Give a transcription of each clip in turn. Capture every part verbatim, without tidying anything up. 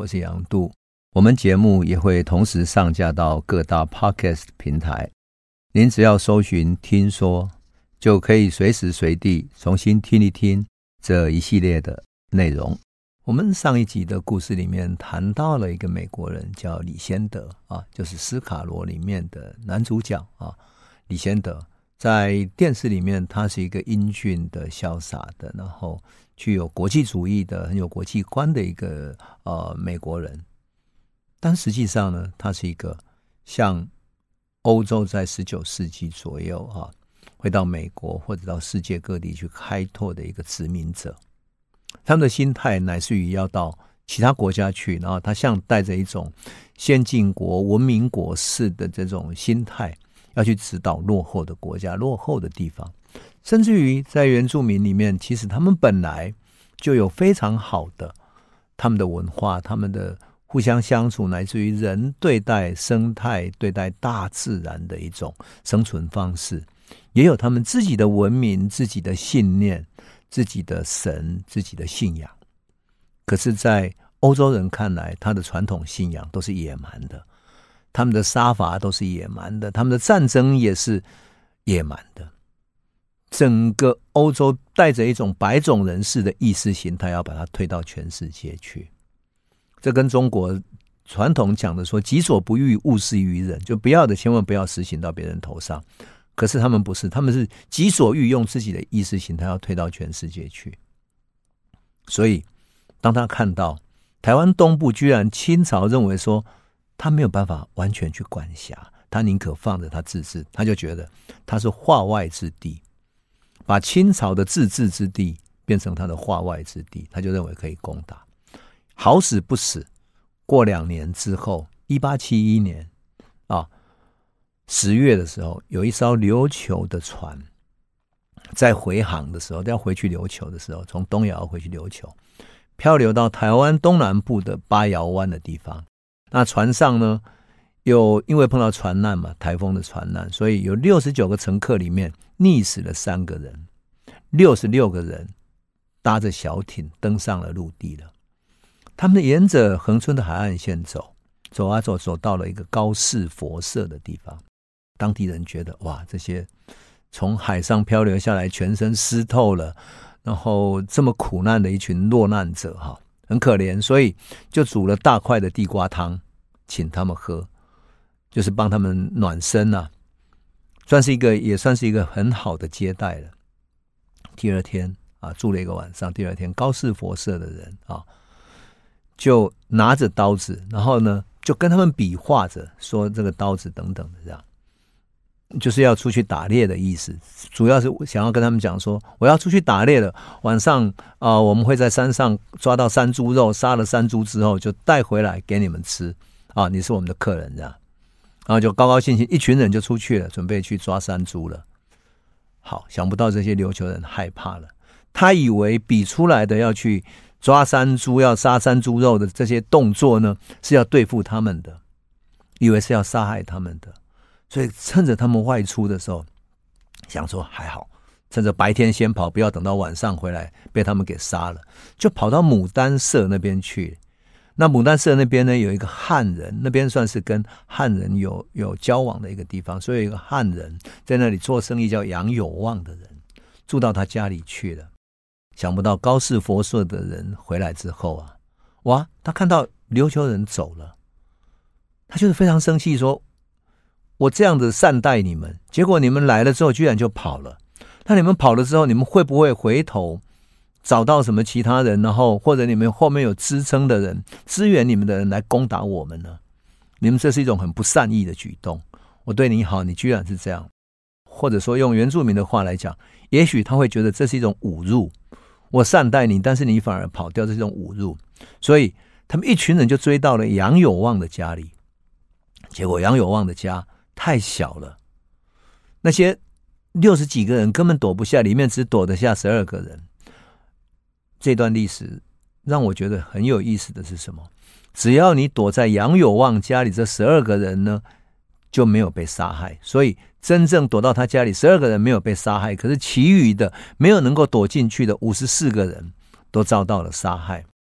我是杨度。我们节目也会同时上架到各大 Podcast 平台，您只要搜寻听说，就可以随时随地重新听一听这一系列的内容。我们上一集的故事里面谈到了一个美国人叫李先德啊，就是斯卡罗里面的男主角啊。李先德在电视里面他是一个英俊的潇洒的，然后具有国际主义的很有国际观的一个呃美国人，但实际上呢，他是一个像欧洲在十九世纪左右啊会到美国或者到世界各地去开拓的一个殖民者。他们的心态乃是于要到其他国家去，然后他像带着一种先进国文明国式的这种心态，要去指导落后的国家落后的地方。甚至于在原住民里面，其实他们本来就有非常好的他们的文化，他们的互相相处，乃至于人对待生态对待大自然的一种生存方式，也有他们自己的文明自己的信念自己的神自己的信仰。可是在欧洲人看来，他的传统信仰都是野蛮的，他们的杀伐都是野蛮的，他们的战争也是野蛮的。整个欧洲带着一种白种人士的意识形态，要把它推到全世界去。这跟中国传统讲的说己所不欲勿施于人，就不要的千万不要实行到别人头上。可是他们不是，他们是己所欲，用自己的意识形态要推到全世界去。所以当他看到台湾东部居然清朝认为说他没有办法完全去管辖，他宁可放着他自治，他就觉得他是化外之地，把清朝的自治之地变成他的化外之地，他就认为可以攻打。好死不死，过两年之后一八七一年啊十月的时候，有一艘琉球的船在回航的时候，要回去琉球的时候，从东亚回去琉球，漂流到台湾东南部的八窑湾的地方。那船上呢，有因为碰到船难嘛，台风的船难，所以有六十九个乘客里面溺死了三个人，六十六个人搭着小艇登上了陆地了。他们沿着恒春的海岸线走，走啊走，走到了一个高士佛社的地方。当地人觉得哇，这些从海上漂流下来全身湿透了，然后这么苦难的一群落难者哈，很可怜，所以就煮了大块的地瓜汤请他们喝，就是帮他们暖身啊，算是一个也算是一个很好的接待了。第二天啊，住了一个晚上，第二天高士佛社的人啊就拿着刀子，然后呢就跟他们比划着说这个刀子等等的，这样就是要出去打猎的意思，主要是想要跟他们讲说我要出去打猎了，晚上啊、呃，我们会在山上抓到山猪肉，杀了山猪之后就带回来给你们吃啊，你是我们的客人这样。然后就高高兴兴一群人就出去了，准备去抓山猪了。好，想不到这些琉球人害怕了，他以为比出来的要去抓山猪要杀山猪肉的这些动作呢是要对付他们的，以为是要杀害他们的，所以趁着他们外出的时候想说还好趁着白天先跑，不要等到晚上回来被他们给杀了，就跑到牡丹社那边去。那牡丹社那边呢有一个汉人，那边算是跟汉人有有交往的一个地方，所以有一个汉人在那里做生意叫杨有望的人住到他家里去了。想不到高士佛社的人回来之后啊，哇，他看到琉球人走了，他就是非常生气，说我这样子善待你们，结果你们来了之后居然就跑了。那你们跑了之后，你们会不会回头找到什么其他人，然后或者你们后面有支撑的人支援你们的人来攻打我们呢？你们这是一种很不善意的举动，我对你好，你居然是这样。或者说用原住民的话来讲，也许他会觉得这是一种侮辱，我善待你，但是你反而跑掉，这是一种侮辱。所以他们一群人就追到了杨有望的家里，结果杨有望的家太小了，那些六十几个人根本躲不下，里面只躲得下十二个人。这段历史让我觉得很有意思的是什么？只要你躲在杨有望家里，这十二个人呢就没有被杀害，所以真正躲到他家里十二个人没有被杀害，可是其余的没有能够躲进去的五十四个人都遭到了杀害。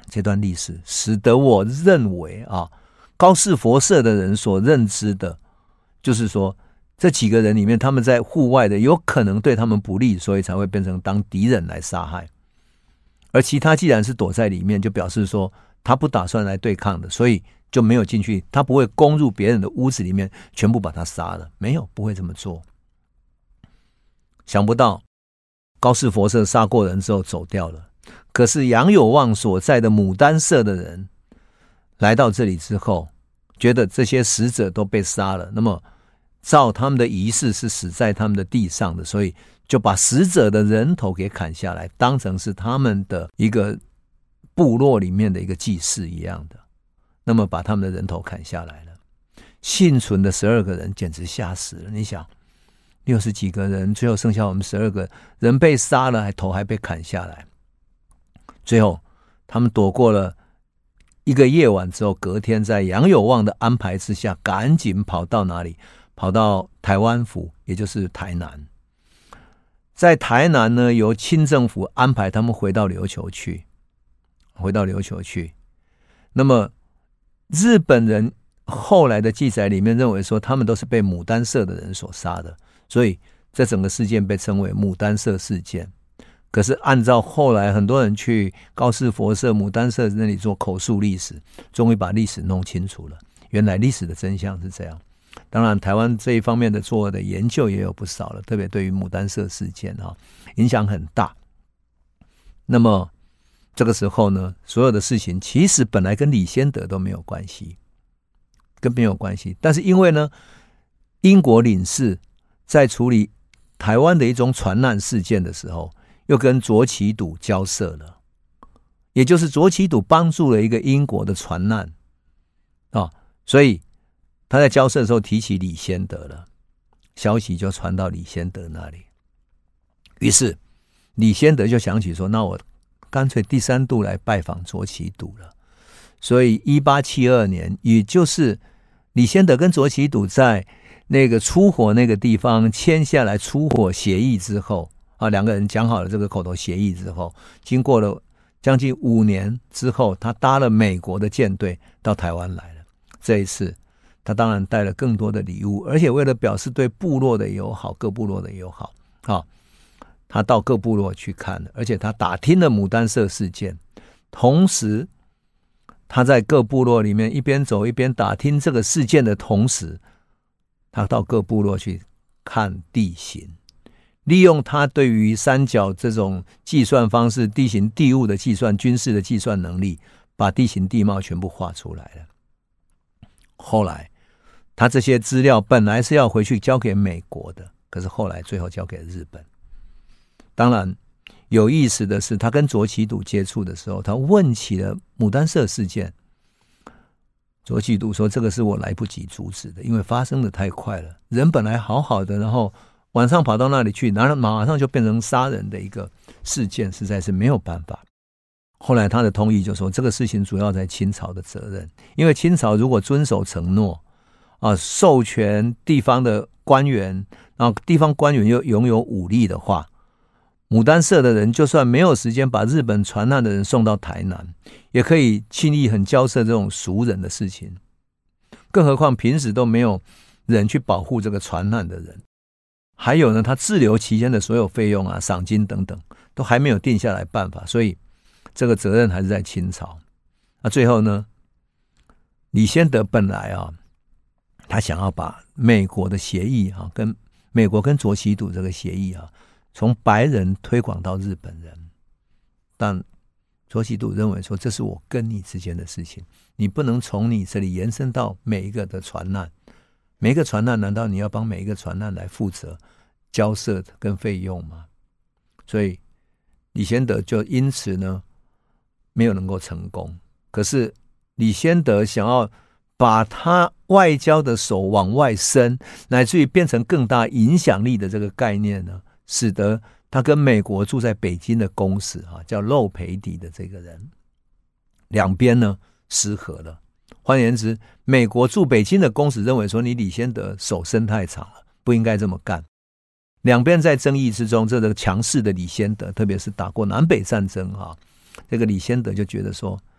这段历史使得我认为啊，高士佛社的人所认知的就是说，这几个人里面他们在户外的有可能对他们不利，所以才会变成当敌人来杀害，而其他既然是躲在里面，就表示说他不打算来对抗的，所以就没有进去，他不会攻入别人的屋子里面全部把他杀了，没有，不会这么做。想不到高士佛社杀过人之后走掉了，可是杨有望所在的牡丹社的人来到这里之后，觉得这些死者都被杀了，那么照他们的仪式是死在他们的地上的，所以就把死者的人头给砍下来，当成是他们的一个部落里面的一个祭祀一样的，那么把他们的人头砍下来了。幸存的十二个人简直吓死了，你想六十几个人，最后剩下我们十二个人被杀了，还头还被砍下来。最后他们躲过了一个夜晚之后，隔天在杨有望的安排之下，赶紧跑到哪里？跑到台湾府，也就是台南。在台南呢，由清政府安排他们回到琉球去，回到琉球去。那么日本人后来的记载里面认为说，他们都是被牡丹社的人所杀的，所以这整个事件被称为牡丹社事件。可是按照后来很多人去高士佛社、牡丹社那里做口述历史，终于把历史弄清楚了，原来历史的真相是这样。当然台湾这一方面的做的研究也有不少了，特别对于牡丹社事件影响很大。那么这个时候呢，所有的事情其实本来跟李先德都没有关系，跟没有关系，但是因为呢，英国领事在处理台湾的一种传难事件的时候，又跟卓杞笃交涉了，也就是卓杞笃帮助了一个英国的传难、哦、所以他在交涉的时候提起李先德了，消息就传到李先德那里。于是李先德就想起说，那我干脆第三度来拜访卓杞笃了。所以一八七二年，也就是李先德跟卓杞笃在那个出火那个地方签下来出火协议之后啊，两个人讲好了这个口头协议之后，经过了将近五年之后，他搭了美国的舰队到台湾来了。这一次他当然带了更多的礼物，而且为了表示对部落的友好，各部落的友好、啊、他到各部落去看了，而且他打听了牡丹社事件，同时他在各部落里面一边走一边打听这个事件的同时，他到各部落去看地形，利用他对于三角这种计算方式，地形地物的计算，军事的计算能力，把地形地貌全部画出来了。后来他这些资料本来是要回去交给美国的，可是后来最后交给日本。当然有意思的是，他跟卓杞笃接触的时候，他问起了牡丹社事件。卓杞笃说，这个是我来不及阻止的，因为发生的太快了，人本来好好的，然后晚上跑到那里去，然后马上就变成杀人的一个事件，实在是没有办法。后来他的通译就说，这个事情主要在清朝的责任，因为清朝如果遵守承诺啊，授权地方的官员，然后地方官员又拥有武力的话，牡丹社的人就算没有时间把日本传难的人送到台南，也可以轻易很交涉这种赎人的事情，更何况平时都没有人去保护这个传难的人。还有呢，他滞留期间的所有费用啊、赏金等等都还没有定下来办法，所以这个责任还是在清朝。那最后呢，李先德本来啊，他想要把美国的协议啊，跟美国跟卓杞笃这个协议啊，从白人推广到日本人，但卓杞笃认为说，这是我跟你之间的事情，你不能从你这里延伸到每一个的船难，每一个船难难道你要帮每一个船难来负责交涉跟费用吗？所以李先德就因此呢没有能够成功。可是李先德想要把他外交的手往外伸，乃至于变成更大影响力的这个概念呢，使得他跟美国住在北京的公使啊，叫肉培迪的这个人，两边呢失和了。换言之，美国驻北京的公使认为说，你李先德手伸太长了，不应该这么干。两边在争议之中，这个强势的李先德，特别是打过南北战争啊，这个李先德就觉得说，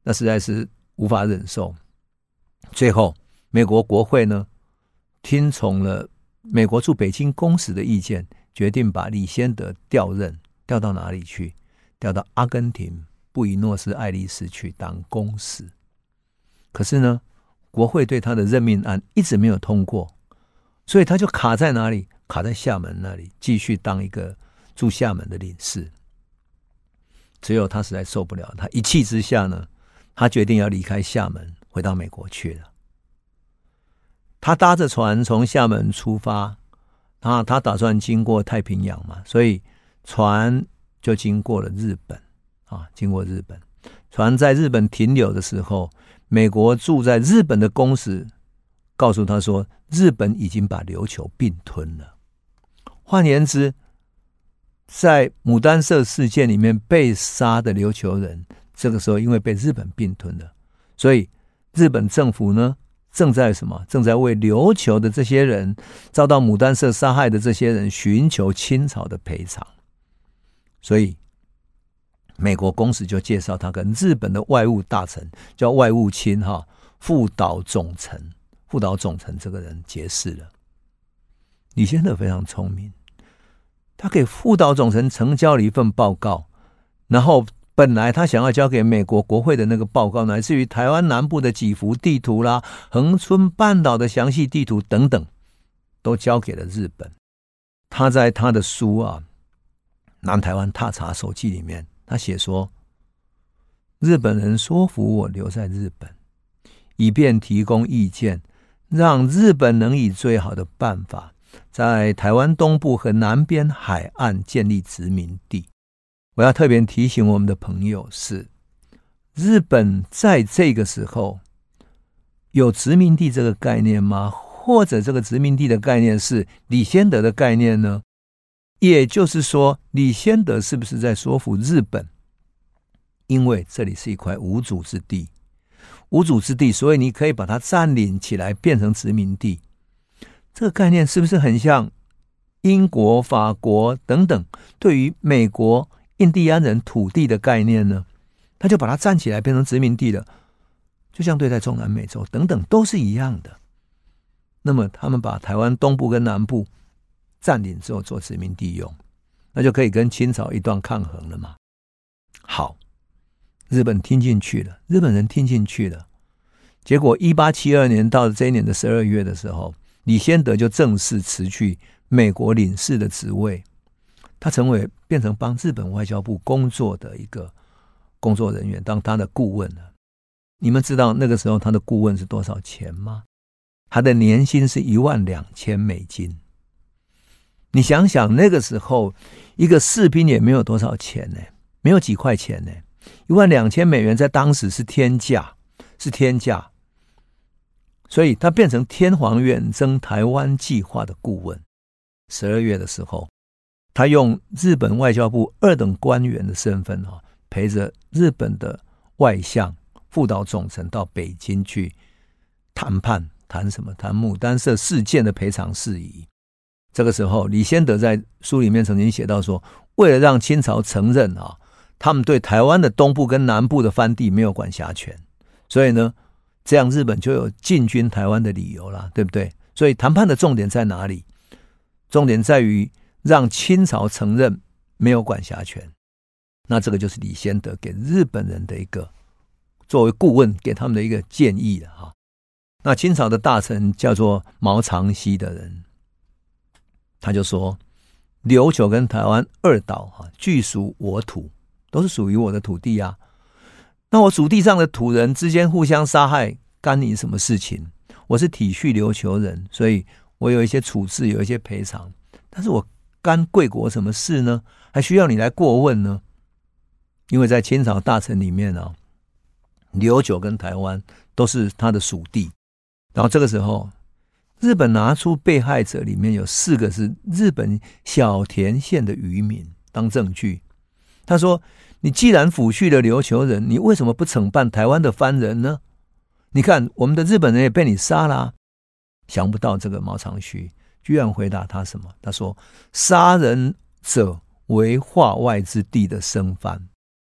那实在是无法忍受。最后美国国会呢听从了美国驻北京公使的意见，决定把李先德调任，调到哪里去？调到阿根廷布宜诺斯艾利斯去当公使。可是呢，国会对他的任命案一直没有通过，所以他就卡在哪里？卡在厦门那里，继续当一个驻厦门的领事。只有他实在受不了，他一气之下呢，他决定要离开厦门，回到美国去了。他搭着船从厦门出发，他他打算经过太平洋嘛，所以船就经过了日本啊，经过日本。船在日本停留的时候，美国住在日本的公使告诉他说，日本已经把琉球并吞了。换言之，在牡丹社事件里面被杀的琉球人，这个时候因为被日本并吞了，所以日本政府呢正在什么？正在为琉球的这些人遭到牡丹社杀害的这些人寻求清朝的赔偿。所以美国公使就介绍他跟日本的外务大臣叫外务卿哈副岛总臣，副岛总臣这个人结识了。李先德非常聪明，他给副岛总臣呈交了一份报告，然后本来他想要交给美国国会的那个报告，乃至于台湾南部的几幅地图啦、恒春半岛的详细地图等等，都交给了日本。他在他的书啊《南台湾踏查手记》里面，他写说，日本人说服我留在日本，以便提供意见，让日本能以最好的办法在台湾东部和南边海岸建立殖民地。我要特别提醒我们的朋友是，日本在这个时候有殖民地这个概念吗？或者这个殖民地的概念是李先德的概念呢？也就是说，李先德是不是在说服日本？因为这里是一块无主之地，无主之地，所以你可以把它占领起来变成殖民地。这个概念是不是很像英国、法国等等对于美国印第安人土地的概念呢？他就把它占起来变成殖民地了，就像对待中南美洲等等都是一样的。那么他们把台湾东部跟南部占领之后做殖民地用，那就可以跟清朝一段抗衡了嘛。好，日本听进去了，日本人听进去了。结果一八七二年到这一年的十二月的时候，李先德就正式辞去美国领事的职位，他成为变成帮日本外交部工作的一个工作人员，当他的顾问了。你们知道那个时候他的顾问是多少钱吗？他的年薪是一万两千美金。你想想那个时候一个士兵也没有多少钱呢，没有几块钱呢，一万两千美元在当时是天价，是天价。所以他变成天皇远征台湾计划的顾问。十二月的时候，他用日本外交部二等官员的身份陪着日本的外相副岛总臣到北京去谈判，谈什么？谈牡丹社事件的赔偿事宜。这个时候李先德在书里面曾经写到说，为了让清朝承认啊，他们对台湾的东部跟南部的藩地没有管辖权，所以呢这样日本就有进军台湾的理由啦，对不对？所以谈判的重点在哪里？重点在于让清朝承认没有管辖权。那这个就是李先德给日本人的一个作为顾问给他们的一个建议了哈。那清朝的大臣叫做毛长熙的人，他就说，琉球跟台湾二岛啊，俱属我土，都是属于我的土地啊。那我属地上的土人之间互相杀害，干你什么事情？我是体恤琉球人，所以我有一些处置，有一些赔偿，但是我干贵国什么事呢？还需要你来过问呢？因为在清朝大臣里面啊，琉球跟台湾都是他的属地。然后这个时候日本拿出被害者里面有四个是日本小田县的渔民当证据。他说，你既然抚恤了琉球人，你为什么不惩办台湾的藩人呢？你看我们的日本人也被你杀了啊。想不到这个毛长须居然回答他什么？他说，杀人者为化外之地的生藩。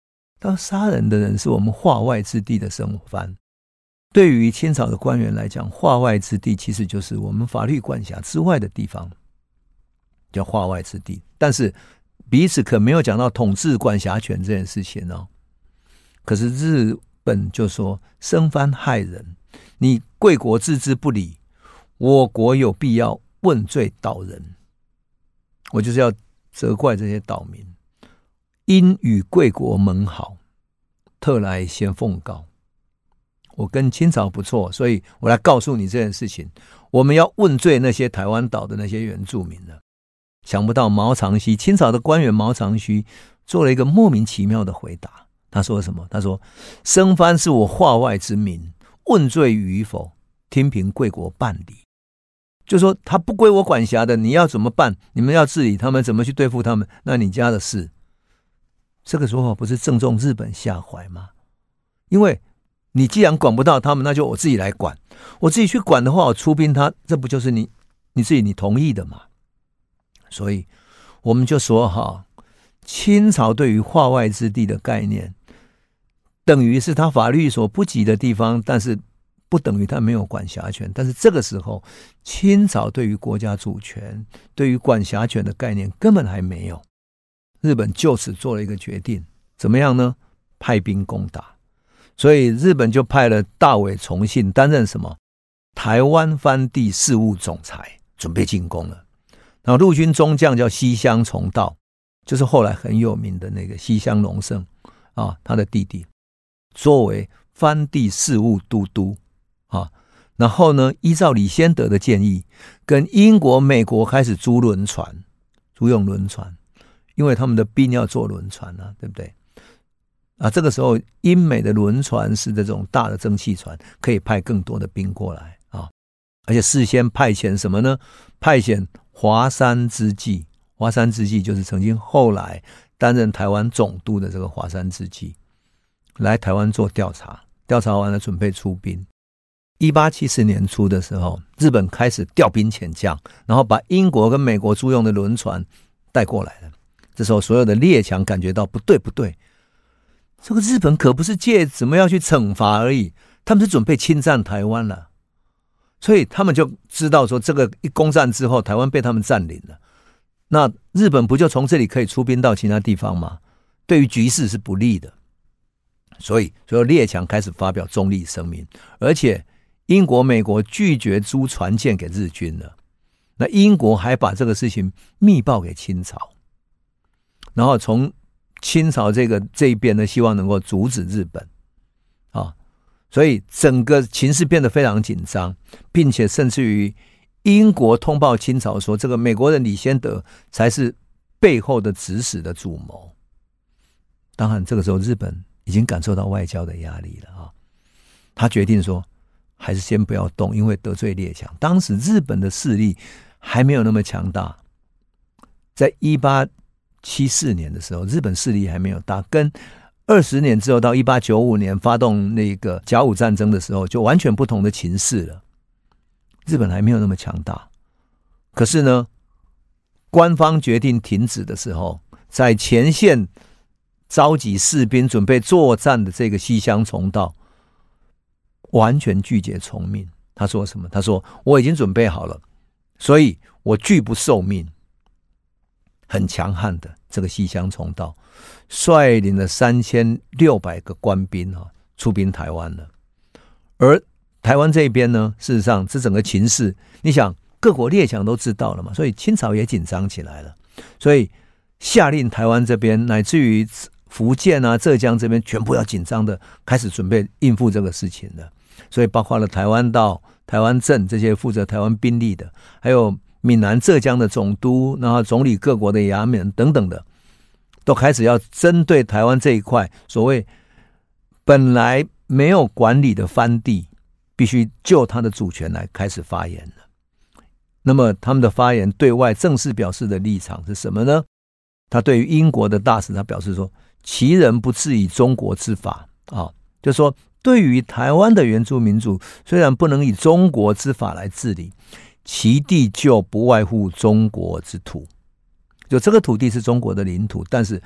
当杀人的人是我们化外之地的生番。对于清朝的官员来讲，化外之地其实就是我们法律管辖之外的地方，叫化外之地。但是彼此可没有讲到统治管辖权这件事情哦。可是日本就说生番害人，你贵国置之不理，我国有必要问罪岛人。我就是要责怪这些岛民，因与贵国盟好，特来先奉告。我跟清朝不错，所以我来告诉你这件事情，我们要问罪那些台湾岛的那些原住民了。想不到毛长溪，清朝的官员毛长溪做了一个莫名其妙的回答。他说什么？他说生番是我化外之民，问罪与否听凭贵国办理。就说他不归我管辖的，你要怎么办？你们要治理他们，怎么去对付他们，那你家的事。这个说法不是正中日本下怀吗？因为你既然管不到他们，那就我自己来管。我自己去管的话，我出兵他，这不就是你你自己你同意的吗？所以我们就说哈，清朝对于化外之地的概念，等于是他法律所不及的地方，但是不等于他没有管辖权。但是这个时候，清朝对于国家主权、对于管辖权的概念根本还没有。日本就此做了一个决定，怎么样呢？派兵攻打。所以日本就派了大尾重信担任什么台湾藩地事务总裁，准备进攻了。然后陆军中将叫西乡重道，就是后来很有名的那个西乡隆盛啊，他的弟弟，作为藩地事务都督啊。然后呢，依照李先德的建议，跟英国、美国开始租轮船，租用轮船，因为他们的兵要坐轮船啊，对不对？啊，这个时候英美的轮船是这种大的蒸汽船，可以派更多的兵过来啊，而且事先派遣什么呢？派遣华山之纪，华山之纪就是曾经后来担任台湾总督的这个华山之纪，来台湾做调查，调查完了准备出兵。一八七四年初的时候，日本开始调兵遣将，然后把英国跟美国租用的轮船带过来了。这时候所有的列强感觉到不对不对，这个日本可不是借怎么样去惩罚而已，他们是准备侵占台湾了。所以他们就知道说，这个一攻占之后，台湾被他们占领了，那日本不就从这里可以出兵到其他地方吗？对于局势是不利的。所以所有列强开始发表中立声明，而且英国、美国拒绝租船舰给日军了。那英国还把这个事情密报给清朝，然后从清朝这个这一边呢，希望能够阻止日本啊，所以整个情势变得非常紧张，并且甚至于英国通报清朝说，这个美国人李先德才是背后的指使的主谋。当然，这个时候日本已经感受到外交的压力了啊，他决定说，还是先不要动，因为得罪列强。当时日本的势力还没有那么强大，在一八七四年的时候，日本势力还没有大，跟二十年之后到一八九五年发动那个甲午战争的时候，就完全不同的情势了。日本还没有那么强大，可是呢，官方决定停止的时候，在前线召集士兵准备作战的这个西乡重道完全拒绝从命。他说什么？他说我已经准备好了，所以我拒不受命。很强悍的这个西乡重道率领了三千六百个官兵啊，出兵台湾了。而台湾这边呢，事实上这整个情势，你想各国列强都知道了嘛，所以清朝也紧张起来了，所以下令台湾这边乃至于福建啊、浙江这边全部要紧张的开始准备应付这个事情了。所以包括了台湾道、台湾镇这些负责台湾兵力的，还有闽南、浙江的总督，然后总理各国的衙门等等的，都开始要针对台湾这一块所谓本来没有管理的藩地，必须就他的主权来开始发言了。那么他们的发言对外正式表示的立场是什么呢？他对于英国的大使，他表示说，其人不治以中国之法啊，就是说对于台湾的原住民族，虽然不能以中国之法来治理，其地就不外乎中国之土，就这个土地是中国的领土，但是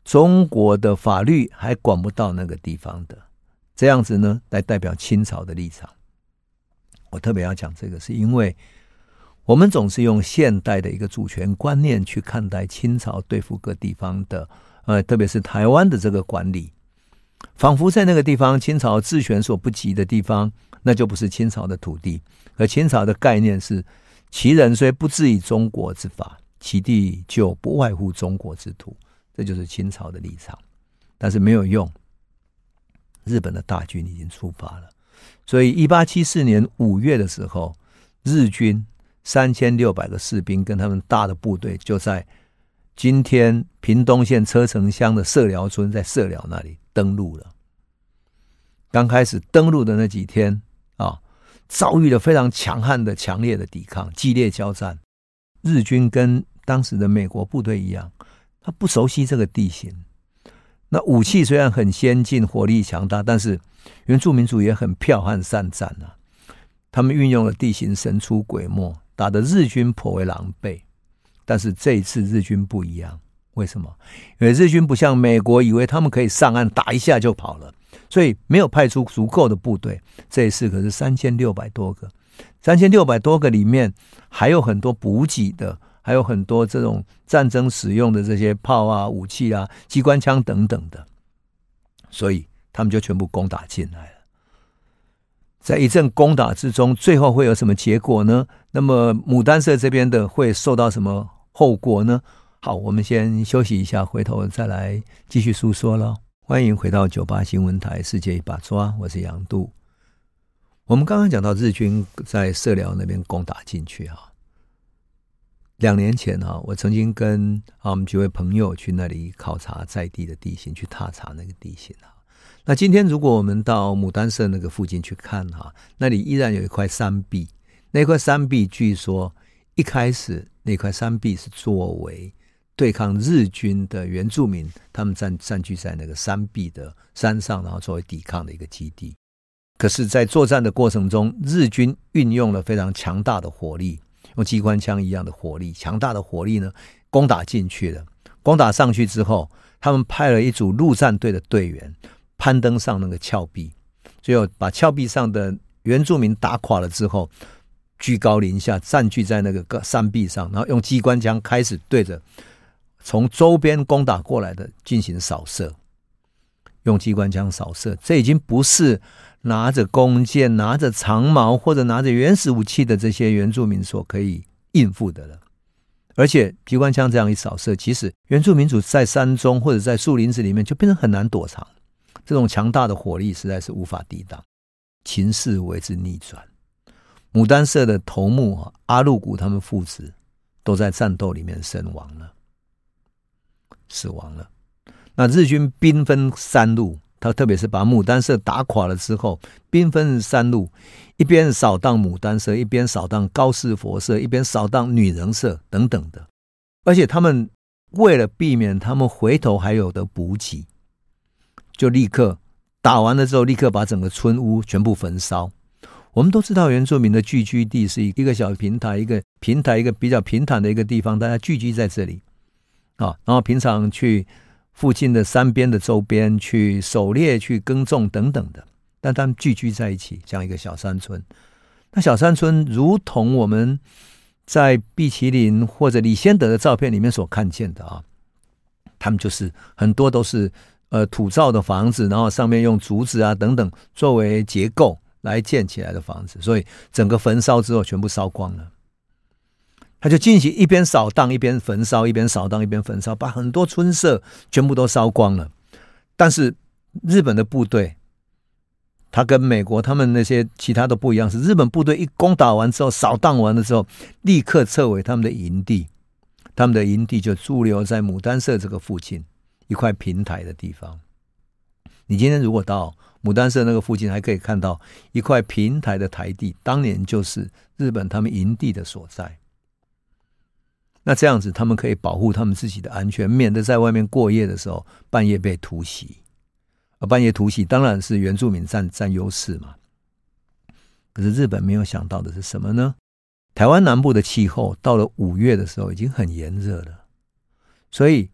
中国的法律还管不到那个地方的，这样子呢来代表清朝的立场。我特别要讲这个，是因为我们总是用现代的一个主权观念去看待清朝对付各地方的呃，特别是台湾的这个管理，仿佛在那个地方清朝治权所不及的地方，那就不是清朝的土地。而清朝的概念是，其人虽不至以中国之法，其地就不外乎中国之土，这就是清朝的立场。但是没有用，日本的大军已经出发了。所以一八七四年五月的时候，日军三千六百个士兵跟他们大的部队就在今天屏东县车城乡的社寮村，在社寮那里登陆了。刚开始登陆的那几天啊，遭遇了非常强悍的强烈的抵抗，激烈交战。日军跟当时的美国部队一样，他不熟悉这个地形，那武器虽然很先进，火力强大，但是原住民族也很剽悍善战啊。他们运用了地形神出鬼没，打得日军颇为狼狈。但是这一次日军不一样，为什么？因为日军不像美国以为他们可以上岸打一下就跑了，所以没有派出足够的部队。这一次可是三千六百多个，三千六百多个里面还有很多补给的，还有很多这种战争使用的这些炮啊、武器啊、机关枪等等的，所以他们就全部攻打进来了。在一阵攻打之中，最后会有什么结果呢？那么牡丹社这边的会受到什么后果呢？好，我们先休息一下，回头再来继续诉说咯。欢迎回到九八新闻台世界一把抓，我是杨度。我们刚刚讲到日军在社寮那边攻打进去啊，两年前啊，我曾经跟啊我们几位朋友去那里考察在地的地形，去踏查那个地形啊。那今天如果我们到牡丹社那个附近去看哈，那里依然有一块山壁，那块山壁据说一开始那块山壁是作为对抗日军的原住民，他们 占, 占据在那个山壁的山上，然后作为抵抗的一个基地。可是在作战的过程中，日军运用了非常强大的火力，用机关枪一样的火力，强大的火力呢攻打进去了。攻打上去之后，他们派了一组陆战队的队员攀登上那个峭壁，最后把峭壁上的原住民打垮了之后，居高临下占据在那个山壁上，然后用机关枪开始对着从周边攻打过来的进行扫射，用机关枪扫射。这已经不是拿着弓箭、拿着长矛或者拿着原始武器的这些原住民所可以应付的了。而且机关枪这样一扫射，其实原住民族在山中或者在树林子里面就变成很难躲藏，这种强大的火力实在是无法抵挡，情势为之逆转。牡丹社的头目阿禄谷他们父子都在战斗里面身亡了，死亡了。那日军兵分三路，他特别是把牡丹社打垮了之后，兵分三路，一边扫荡牡丹社，一边扫荡高士佛社，一边扫荡女人社等等的。而且他们为了避免他们回头还有的补给，就立刻打完了之后，立刻把整个村屋全部焚烧。我们都知道原住民的聚居地是一个小平台，一个平台，一个比较平坦的一个地方，大家聚居在这里啊，然后平常去附近的山边的周边去狩猎、去耕种等等的，但他们聚居在一起，像一个小山村。那小山村如同我们在毕麒麟或者李先德的照片里面所看见的啊，他们就是很多都是呃土造的房子，然后上面用竹子啊等等作为结构来建起来的房子，所以整个焚烧之后全部烧光了。他就进行一边扫荡一边焚烧，一边扫荡一边焚烧，把很多村舍全部都烧光了。但是日本的部队，他跟美国他们那些其他都不一样，是日本部队一攻打完之后，扫荡完了之后，立刻撤回他们的营地，他们的营地就驻留在牡丹社这个附近一块平台的地方。你今天如果到牡丹社那个附近，还可以看到一块平台的台地，当年就是日本他们营地的所在。那这样子他们可以保护他们自己的安全，免得在外面过夜的时候半夜被突袭。而半夜突袭当然是原住民占占优势嘛。可是日本没有想到的是什么呢？台湾南部的气候到了五月的时候已经很炎热了，所以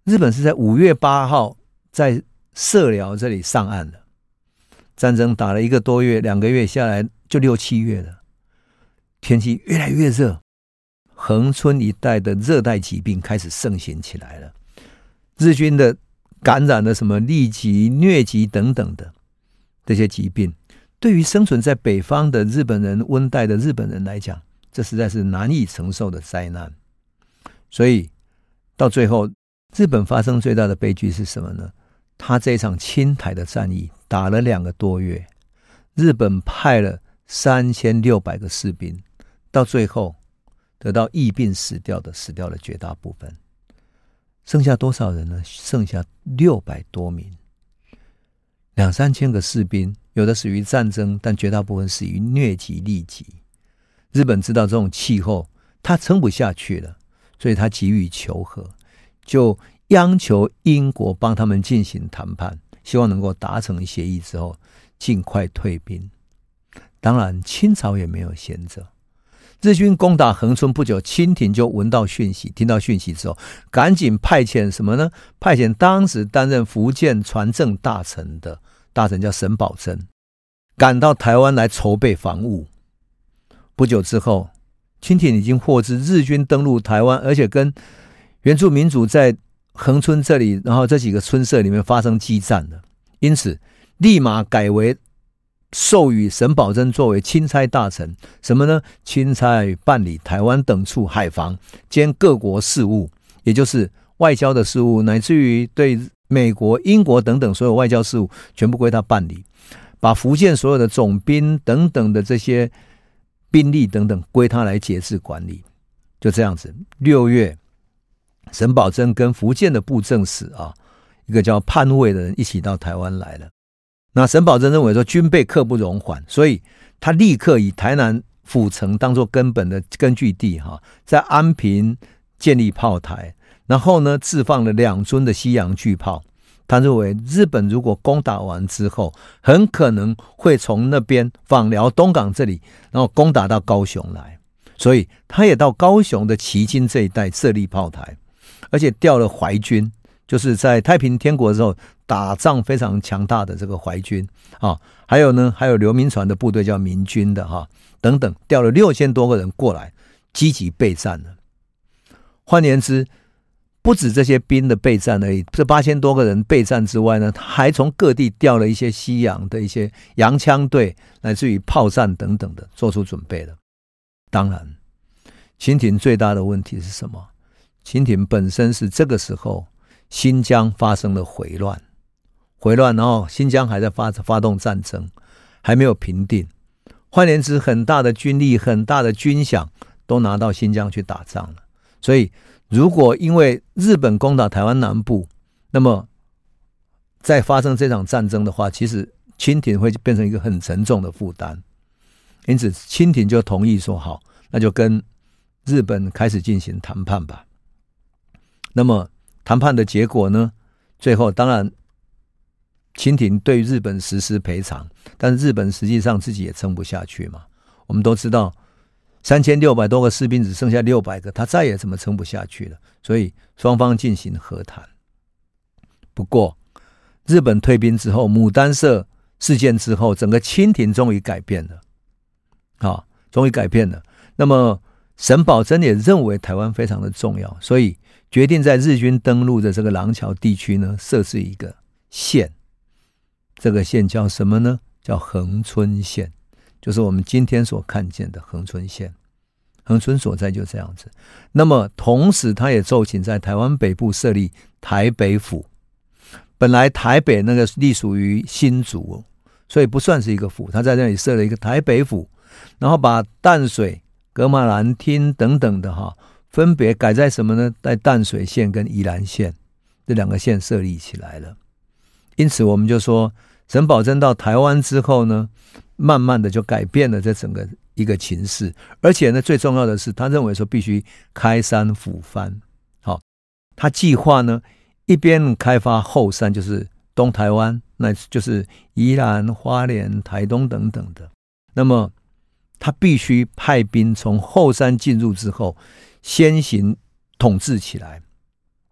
日本是在五月八号在社寮这里上岸的，战争打了一个多月，两个月下来就六七月了，天气越来越热，恒春一带的热带疾病开始盛行起来了。日军的感染了什么痢疾、疟疾等等的这些疾病，对于生存在北方的日本人、温带的日本人来讲，这实在是难以承受的灾难。所以到最后，日本发生最大的悲剧是什么呢？他这场侵台的战役打了两个多月，日本派了三千六百个士兵，到最后得到疫病死掉的死掉了绝大部分，剩下多少人呢？剩下六百多名，两三千个士兵，有的死于战争，但绝大部分死于疟疾、痢疾。日本知道这种气候他撑不下去了，所以他急于求和，就央求英国帮他们进行谈判，希望能够达成协议之后尽快退兵。当然清朝也没有闲着，日军攻打恒春不久，清廷就闻到讯息，听到讯息之后赶紧派遣什么呢？派遣当时担任福建船政大臣的大臣叫沈葆桢，赶到台湾来筹备防务。不久之后，清廷已经获知日军登陆台湾，而且跟原住民族在恒春这里，然后这几个村社里面发生激战了，因此立马改为授予沈葆桢作为钦差大臣，什么呢？钦差办理台湾等处海防兼各国事务，也就是外交的事务，乃至于对美国、英国等等所有外交事务全部归他办理，把福建所有的总兵等等的这些兵力等等归他来节制管理。就这样子，六月沈葆桢跟福建的布政使啊，一个叫潘卫的人一起到台湾来了。那沈葆桢认为说军备刻不容缓，所以他立刻以台南府城当作根本的根据地哈，在安平建立炮台，然后呢置放了两尊的西洋巨炮。他认为日本如果攻打完之后，很可能会从那边枋寮东港这里，然后攻打到高雄来，所以他也到高雄的旗津这一带设立炮台，而且调了淮军，就是在太平天国的时候打仗非常强大的这个淮军啊，还有呢，还有刘铭传的部队叫民军的哈，等等，调了六千多个人过来，积极备战了。换言之，不止这些兵的备战而已，这八千多个人备战之外呢，他还从各地调了一些西洋的一些洋枪队，乃至于炮战等等的，做出准备了。当然，清廷最大的问题是什么？清廷本身是这个时候新疆发生了回乱，回乱，然后新疆还在 发, 发动战争，还没有平定。换言之，很大的军力、很大的军饷都拿到新疆去打仗了。所以如果因为日本攻打台湾南部，那么再发生这场战争的话，其实清廷会变成一个很沉重的负担。因此清廷就同意说好，那就跟日本开始进行谈判吧。那么谈判的结果呢，最后当然清廷对日本实施赔偿，但日本实际上自己也撑不下去嘛。我们都知道三千六百多个士兵只剩下六百个，他再也怎么撑不下去了，所以双方进行和谈。不过日本退兵之后，牡丹社事件之后，整个清廷终于改变了，好，终于改变了。那么沈葆桢也认为台湾非常的重要，所以决定在日军登陆的这个廊桥地区呢，设置一个县。这个县叫什么呢？叫恒春县，就是我们今天所看见的恒春县。恒春所在就这样子。那么同时他也奏请在台湾北部设立台北府。本来台北那个隶属于新竹，所以不算是一个府，他在那里设了一个台北府，然后把淡水、噶玛兰厅等等的哈，分别改在什么呢？在淡水县跟宜兰县这两个县设立起来了。因此我们就说沈葆桢到台湾之后呢，慢慢的就改变了这整个一个情势，而且呢最重要的是他认为说必须开山抚番。好，他计划呢一边开发后山，就是东台湾，那就是宜兰、花莲、台东等等的，那么他必须派兵从后山进入之后先行统治起来，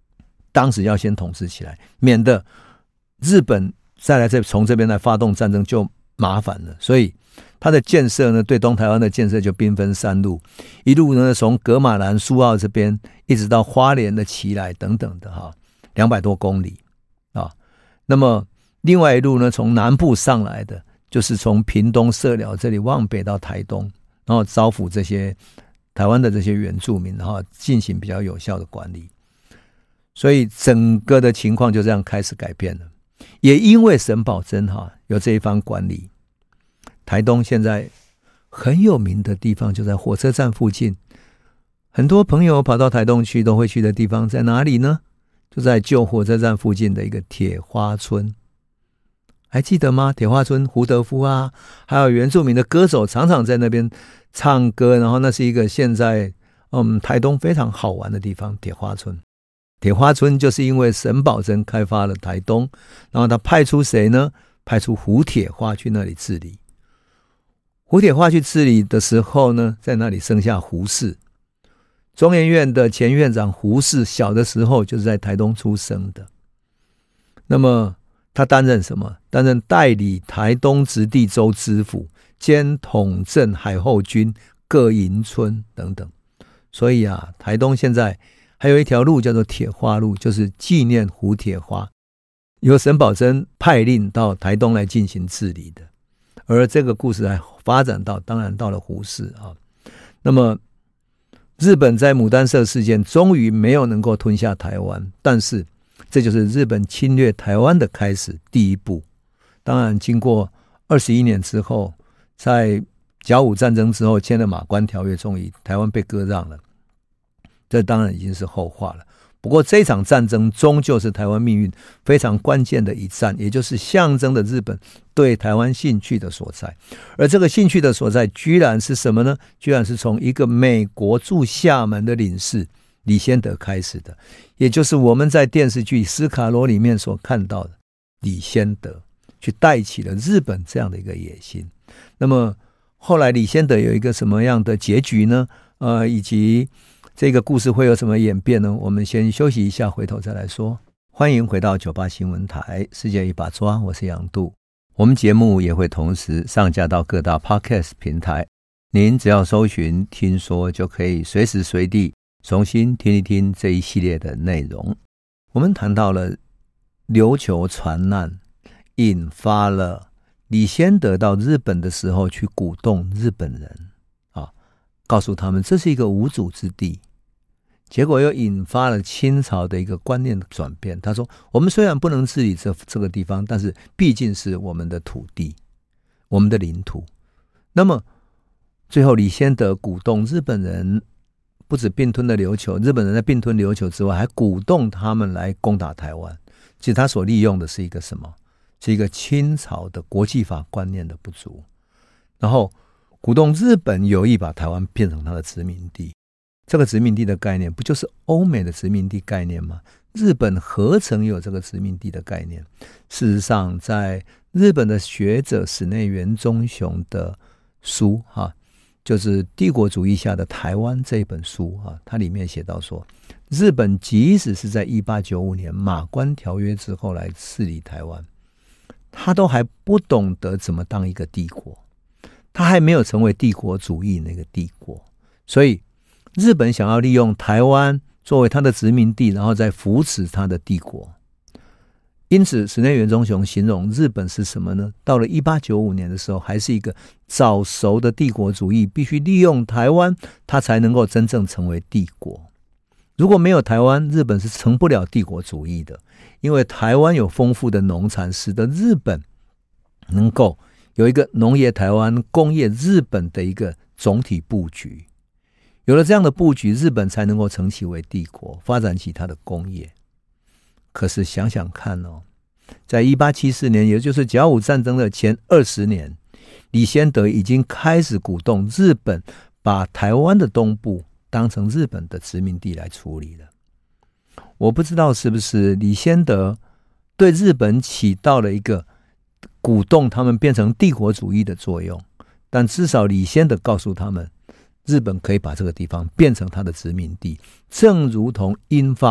当时要先统治起来，免得日本再来再从这边来发动战争就麻烦了。所以它的建设呢，对东台湾的建设就兵分三路，一路呢从噶玛兰、苏澳这边一直到花莲的奇来等等的哈，两百多公里啊。那么另外一路呢，从南部上来的，就是从屏东社寮这里往北到台东，然后招抚这些台湾的这些原住民，然后进行比较有效的管理。所以整个的情况就这样开始改变了。也因为沈葆桢哈有这一番管理，台东现在很有名的地方就在火车站附近，很多朋友跑到台东去都会去的地方在哪里呢？就在旧火车站附近的一个铁花村。还记得吗？铁花村胡德夫啊，还有原住民的歌手常常在那边唱歌，然后那是一个现在嗯台东非常好玩的地方，铁花村。铁花村就是因为沈葆桢开发了台东，然后他派出谁呢？派出胡铁花去那里治理。胡铁花去治理的时候呢，在那里生下胡适。中研院的前院长胡适小的时候就是在台东出生的。那么他担任什么？担任代理台东直隶州知府兼统镇海后军各营村等等。所以啊，台东现在还有一条路叫做铁花路，就是纪念胡铁花，由沈葆桢派令到台东来进行治理的。而这个故事还发展到当然到了胡适啊。那么日本在牡丹社事件终于没有能够吞下台湾，但是这就是日本侵略台湾的开始，第一步。当然经过二十一年之后，在甲午战争之后签了马关条约，终于台湾被割让了，这当然已经是后话了。不过这场战争终究是台湾命运非常关键的一战，也就是象征的日本对台湾兴趣的所在。而这个兴趣的所在居然是什么呢？居然是从一个美国驻厦门的领事李先德开始的，也就是我们在电视剧《斯卡罗》里面所看到的李先德，去带起了日本这样的一个野心。那么后来李先德有一个什么样的结局呢？呃，以及这个故事会有什么演变呢？我们先休息一下，回头再来说。欢迎回到九八新闻台，世界一把抓，我是杨度。我们节目也会同时上架到各大 Podcast 平台，您只要搜寻听说，就可以随时随地重新听一听这一系列的内容。我们谈到了琉球船难，引发了李先德到日本的时候去鼓动日本人啊，告诉他们这是一个无主之地。结果又引发了清朝的一个观念的转变。他说，我们虽然不能治理 这, 这个地方，但是毕竟是我们的土地，我们的领土。那么最后李先德鼓动日本人不止并吞了琉球，日本人在并吞琉球之外，还鼓动他们来攻打台湾。其实他所利用的是一个什么？是一个清朝的国际法观念的不足，然后鼓动日本有意把台湾变成他的殖民地。这个殖民地的概念不就是欧美的殖民地概念吗？日本何曾有这个殖民地的概念？事实上在日本的学者室内元忠雄的书哈，就是帝国主义下的台湾这本书啊，它里面写到说，日本即使是在一八九五年马关条约之后来治理台湾，他都还不懂得怎么当一个帝国，他还没有成为帝国主义那个帝国。所以日本想要利用台湾作为他的殖民地，然后再扶持他的帝国。因此室内元忠雄形容日本是什么呢？到了一八九五年的时候，还是一个早熟的帝国主义，必须利用台湾，它才能够真正成为帝国。如果没有台湾，日本是成不了帝国主义的，因为台湾有丰富的农产，使得日本能够有一个农业台湾、工业日本的一个总体布局。有了这样的布局，日本才能够成其为帝国，发展起它的工业。可是想想看哦，在一八七四年，也就是甲午战争的前二十年，李先德已经开始鼓动日本把台湾的东部当成日本的殖民地来处理了。我不知道是不是李先德对日本起到了一个鼓动他们变成帝国主义的作用，但至少李先德告诉他们，日本可以把这个地方变成他的殖民地，正如同英法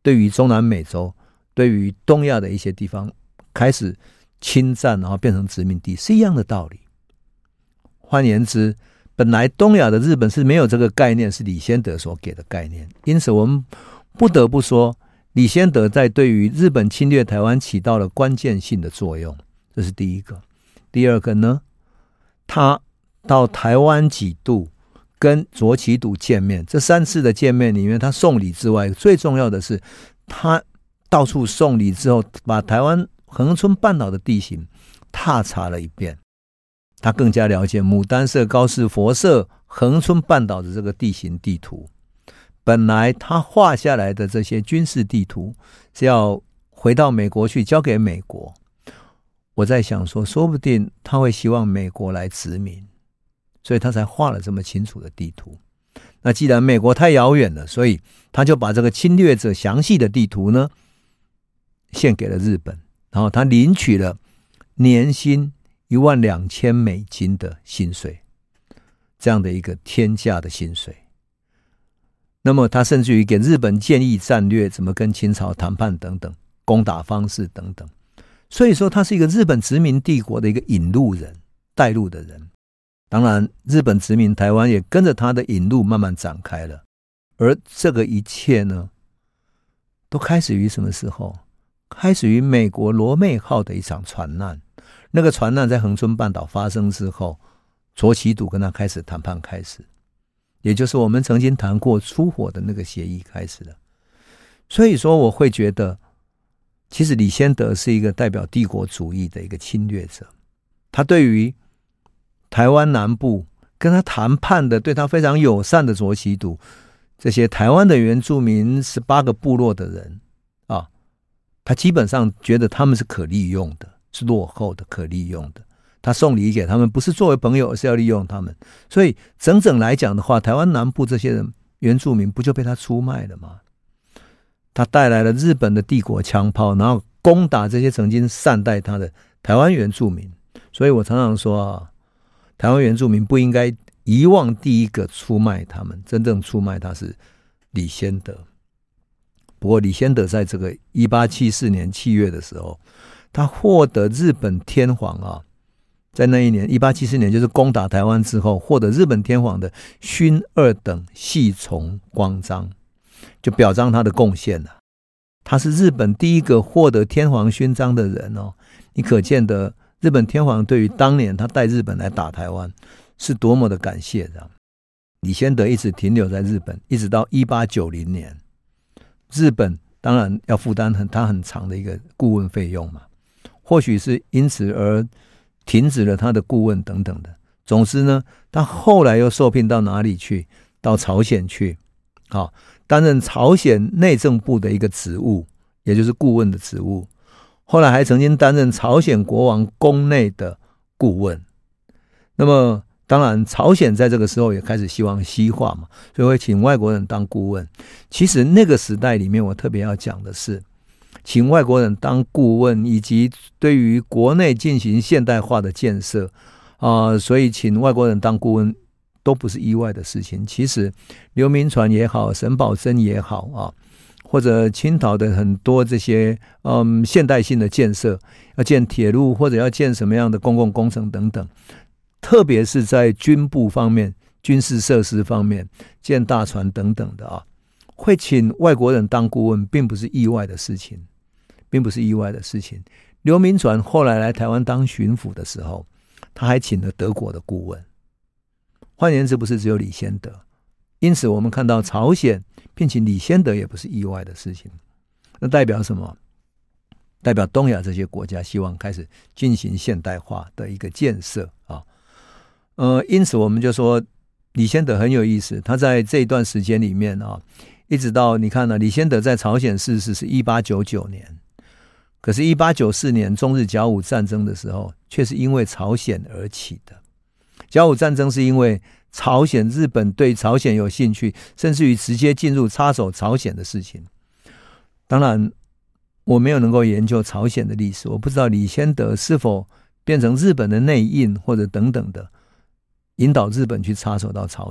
对于中南美洲、对于东亚的一些地方开始侵占，然后变成殖民地，是一样的道理。换言之，本来东亚的日本是没有这个概念，是李先德所给的概念。因此我们不得不说，李先德在对于日本侵略台湾起到了关键性的作用，这是第一个。第二个呢，他到台湾几度跟卓杞笃见面，这三次的见面里面，他送礼之外，最重要的是他到处送礼之后，把台湾恒春半岛的地形踏查了一遍，他更加了解牡丹社、高士佛社、恒春半岛的这个地形地图。本来他画下来的这些军事地图是要回到美国去交给美国，我在想说，说不定他会希望美国来殖民，所以他才画了这么清楚的地图。那既然美国太遥远了，所以他就把这个侵略者详细的地图呢献给了日本，然后他领取了年薪一万两千美金的薪水，这样的一个天价的薪水。那么他甚至于给日本建议战略，怎么跟清朝谈判等等，攻打方式等等。所以说他是一个日本殖民帝国的一个引路人、带路的人。当然日本殖民台湾也跟着他的引路慢慢展开了。而这个一切呢，都开始于什么时候？开始于美国罗妹号的一场船难。那个船难在恒春半岛发生之后，卓杞笃跟他开始谈判开始，也就是我们曾经谈过出火的那个协议开始了。所以说我会觉得，其实李先德是一个代表帝国主义的一个侵略者，他对于台湾南部跟他谈判的对他非常友善的卓杞笃，这些台湾的原住民十八个部落的人啊，他基本上觉得他们是可利用的，是落后的，可利用的。他送礼给他们不是作为朋友，而是要利用他们。所以整整来讲的话，台湾南部这些人原住民不就被他出卖了吗？他带来了日本的帝国枪炮，然后攻打这些曾经善待他的台湾原住民。所以我常常说啊，台湾原住民不应该遗忘第一个出卖他们，真正出卖他是李先德。不过李先德在这个一八七四年七月的时候，他获得日本天皇啊，在那一年一八七四年就是攻打台湾之后，获得日本天皇的勋二等系从光章，就表彰他的贡献了。他是日本第一个获得天皇勋章的人哦，你可见的日本天皇对于当年他带日本来打台湾是多么的感谢的。李先德一直停留在日本，一直到一八九零年，日本当然要负担很他很长的一个顾问费用嘛，或许是因此而停止了他的顾问等等的。总之呢，他后来又受聘到哪里去？到朝鲜去，好，担任朝鲜内政部的一个职务，也就是顾问的职务。后来还曾经担任朝鲜国王宫内的顾问。那么当然朝鲜在这个时候也开始希望西化嘛，所以会请外国人当顾问。其实那个时代里面，我特别要讲的是，请外国人当顾问，以及对于国内进行现代化的建设啊、呃，所以请外国人当顾问都不是意外的事情。其实刘铭传也好，沈葆桢也好啊，或者清朝的很多这些嗯现代性的建设，要建铁路或者要建什么样的公共工程等等，特别是在军部方面、军事设施方面，建大船等等的啊，会请外国人当顾问，并不是意外的事情，并不是意外的事情。刘铭传后来来台湾当巡抚的时候，他还请了德国的顾问。换言之，不是只有李先德。因此我们看到朝鲜聘请李先德也不是意外的事情。那代表什么？代表东亚这些国家希望开始进行现代化的一个建设啊。呃，因此我们就说李先德很有意思，他在这一段时间里面啊，一直到你看呢、啊，李先德在朝鲜逝世是一八九九年，可是一八九四年中日甲午战争的时候，却是因为朝鲜而起的。甲午战争是因为朝鲜日本对朝鲜有兴趣，甚至于直接进入插手朝鲜的事情。当然我没有能够研究朝鲜的历史，我不知道李先德是否变成日本的内应或者等等的引导日本去插手到朝鲜，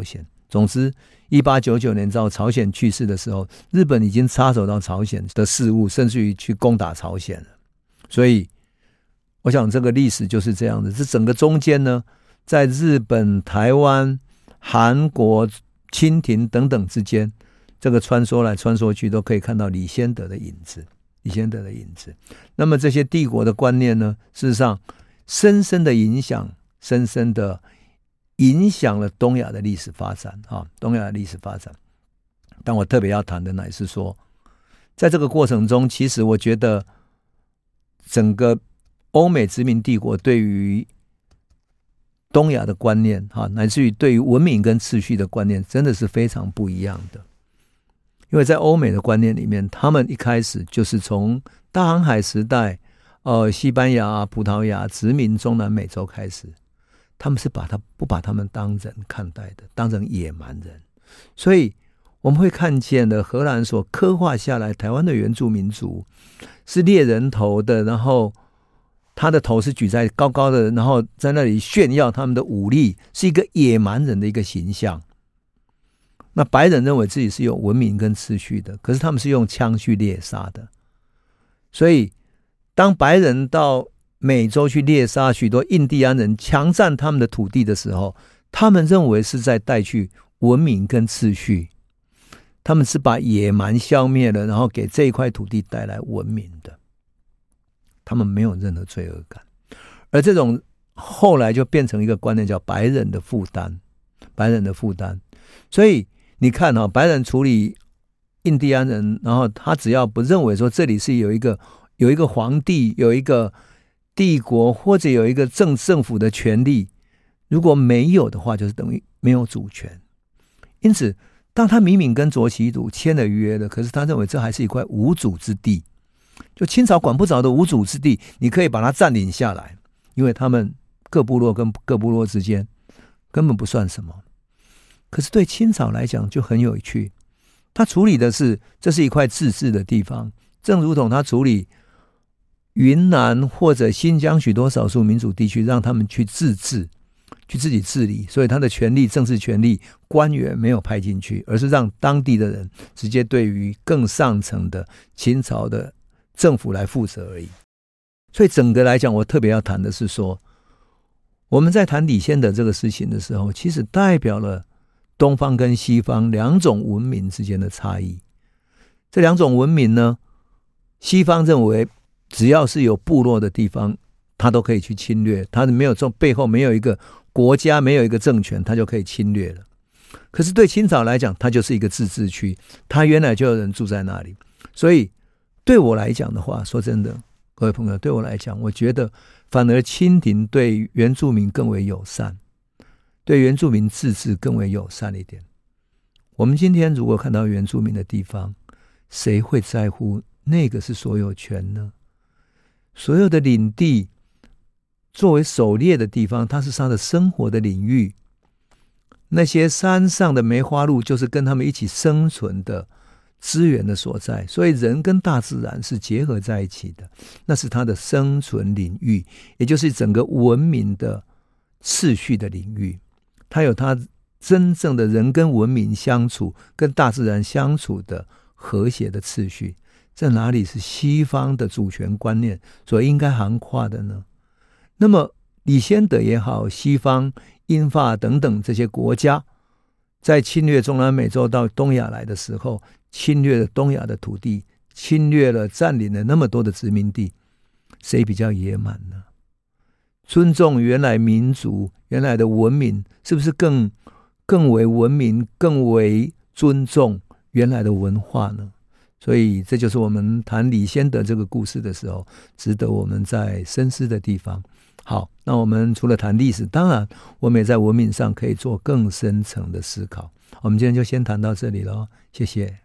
总之一八九九年到朝鲜去世的时候，日本已经插手到朝鲜的事务，甚至于去攻打朝鲜了。所以我想这个历史就是这样的，这整个中间呢，在日本、台湾、韩国、清廷等等之间，这个穿梭来穿梭去，都可以看到李先德的影子，李先德的影子。那么这些帝国的观念呢，事实上深深的影响，深深的影响了东亚的历史发展啊，东亚的历史发展。但我特别要谈的乃是说，在这个过程中，其实我觉得整个欧美殖民帝国对于东亚的观念哈，乃至于对于文明跟秩序的观念，真的是非常不一样的。因为在欧美的观念里面，他们一开始就是从大航海时代，呃，西班牙、葡萄牙殖民中南美洲开始，他们是把他不把他们当人看待的，当成野蛮人。所以我们会看见的荷兰所刻画下来台湾的原住民族是猎人头的，然后他的头是举在高高的，然后在那里炫耀他们的武力，是一个野蛮人的一个形象。那白人认为自己是有文明跟秩序的，可是他们是用枪去猎杀的。所以当白人到美洲去猎杀许多印第安人，强占他们的土地的时候，他们认为是在带去文明跟秩序，他们是把野蛮消灭了，然后给这一块土地带来文明的，他们没有任何罪恶感。而这种后来就变成一个观念，叫白人的负担，白人的负担。所以你看啊，白人处理印第安人，然后他只要不认为说这里是有一个有一个皇帝，有一个帝国，或者有一个政政府的权利，如果没有的话，就是等于没有主权。因此当他明明跟卓杞祖签了约了，可是他认为这还是一块无主之地，就清朝管不着的无主之地，你可以把它占领下来，因为他们各部落跟各部落之间根本不算什么。可是对清朝来讲就很有趣，他处理的是这是一块自治的地方，正如同他处理云南或者新疆许多少数民族地区，让他们去自治，去自己治理，所以他的权力，政治权力，官员没有派进去，而是让当地的人直接对于更上层的清朝的政府来负责而已。所以整个来讲，我特别要谈的是说，我们在谈李先德这个事情的时候，其实代表了东方跟西方两种文明之间的差异。这两种文明呢，西方认为只要是有部落的地方，他都可以去侵略，他没有背后没有一个国家，没有一个政权，他就可以侵略了。可是对清朝来讲，它就是一个自治区，他原来就有人住在那里。所以对我来讲的话，说真的，各位朋友，对我来讲，我觉得反而清廷对原住民更为友善，对原住民自治更为友善一点。我们今天如果看到原住民的地方，谁会在乎那个是所有权呢？所有的领地作为狩猎的地方，它是他的生活的领域，那些山上的梅花鹿就是跟他们一起生存的资源的所在，所以人跟大自然是结合在一起的，那是他的生存领域，也就是整个文明的秩序的领域。他有他真正的人跟文明相处，跟大自然相处的和谐的次序，这哪里是西方的主权观念所应该涵括的呢？那么李先德也好，西方英法等等这些国家在侵略中南美洲到东亚来的时候，侵略了东亚的土地，侵略了占领了那么多的殖民地，谁比较野蛮呢？尊重原来民族原来的文明，是不是更更为文明，更为尊重原来的文化呢？所以这就是我们谈李先德这个故事的时候值得我们在深思的地方。好，那我们除了谈历史，当然我们也在文明上可以做更深层的思考。我们今天就先谈到这里了，谢谢。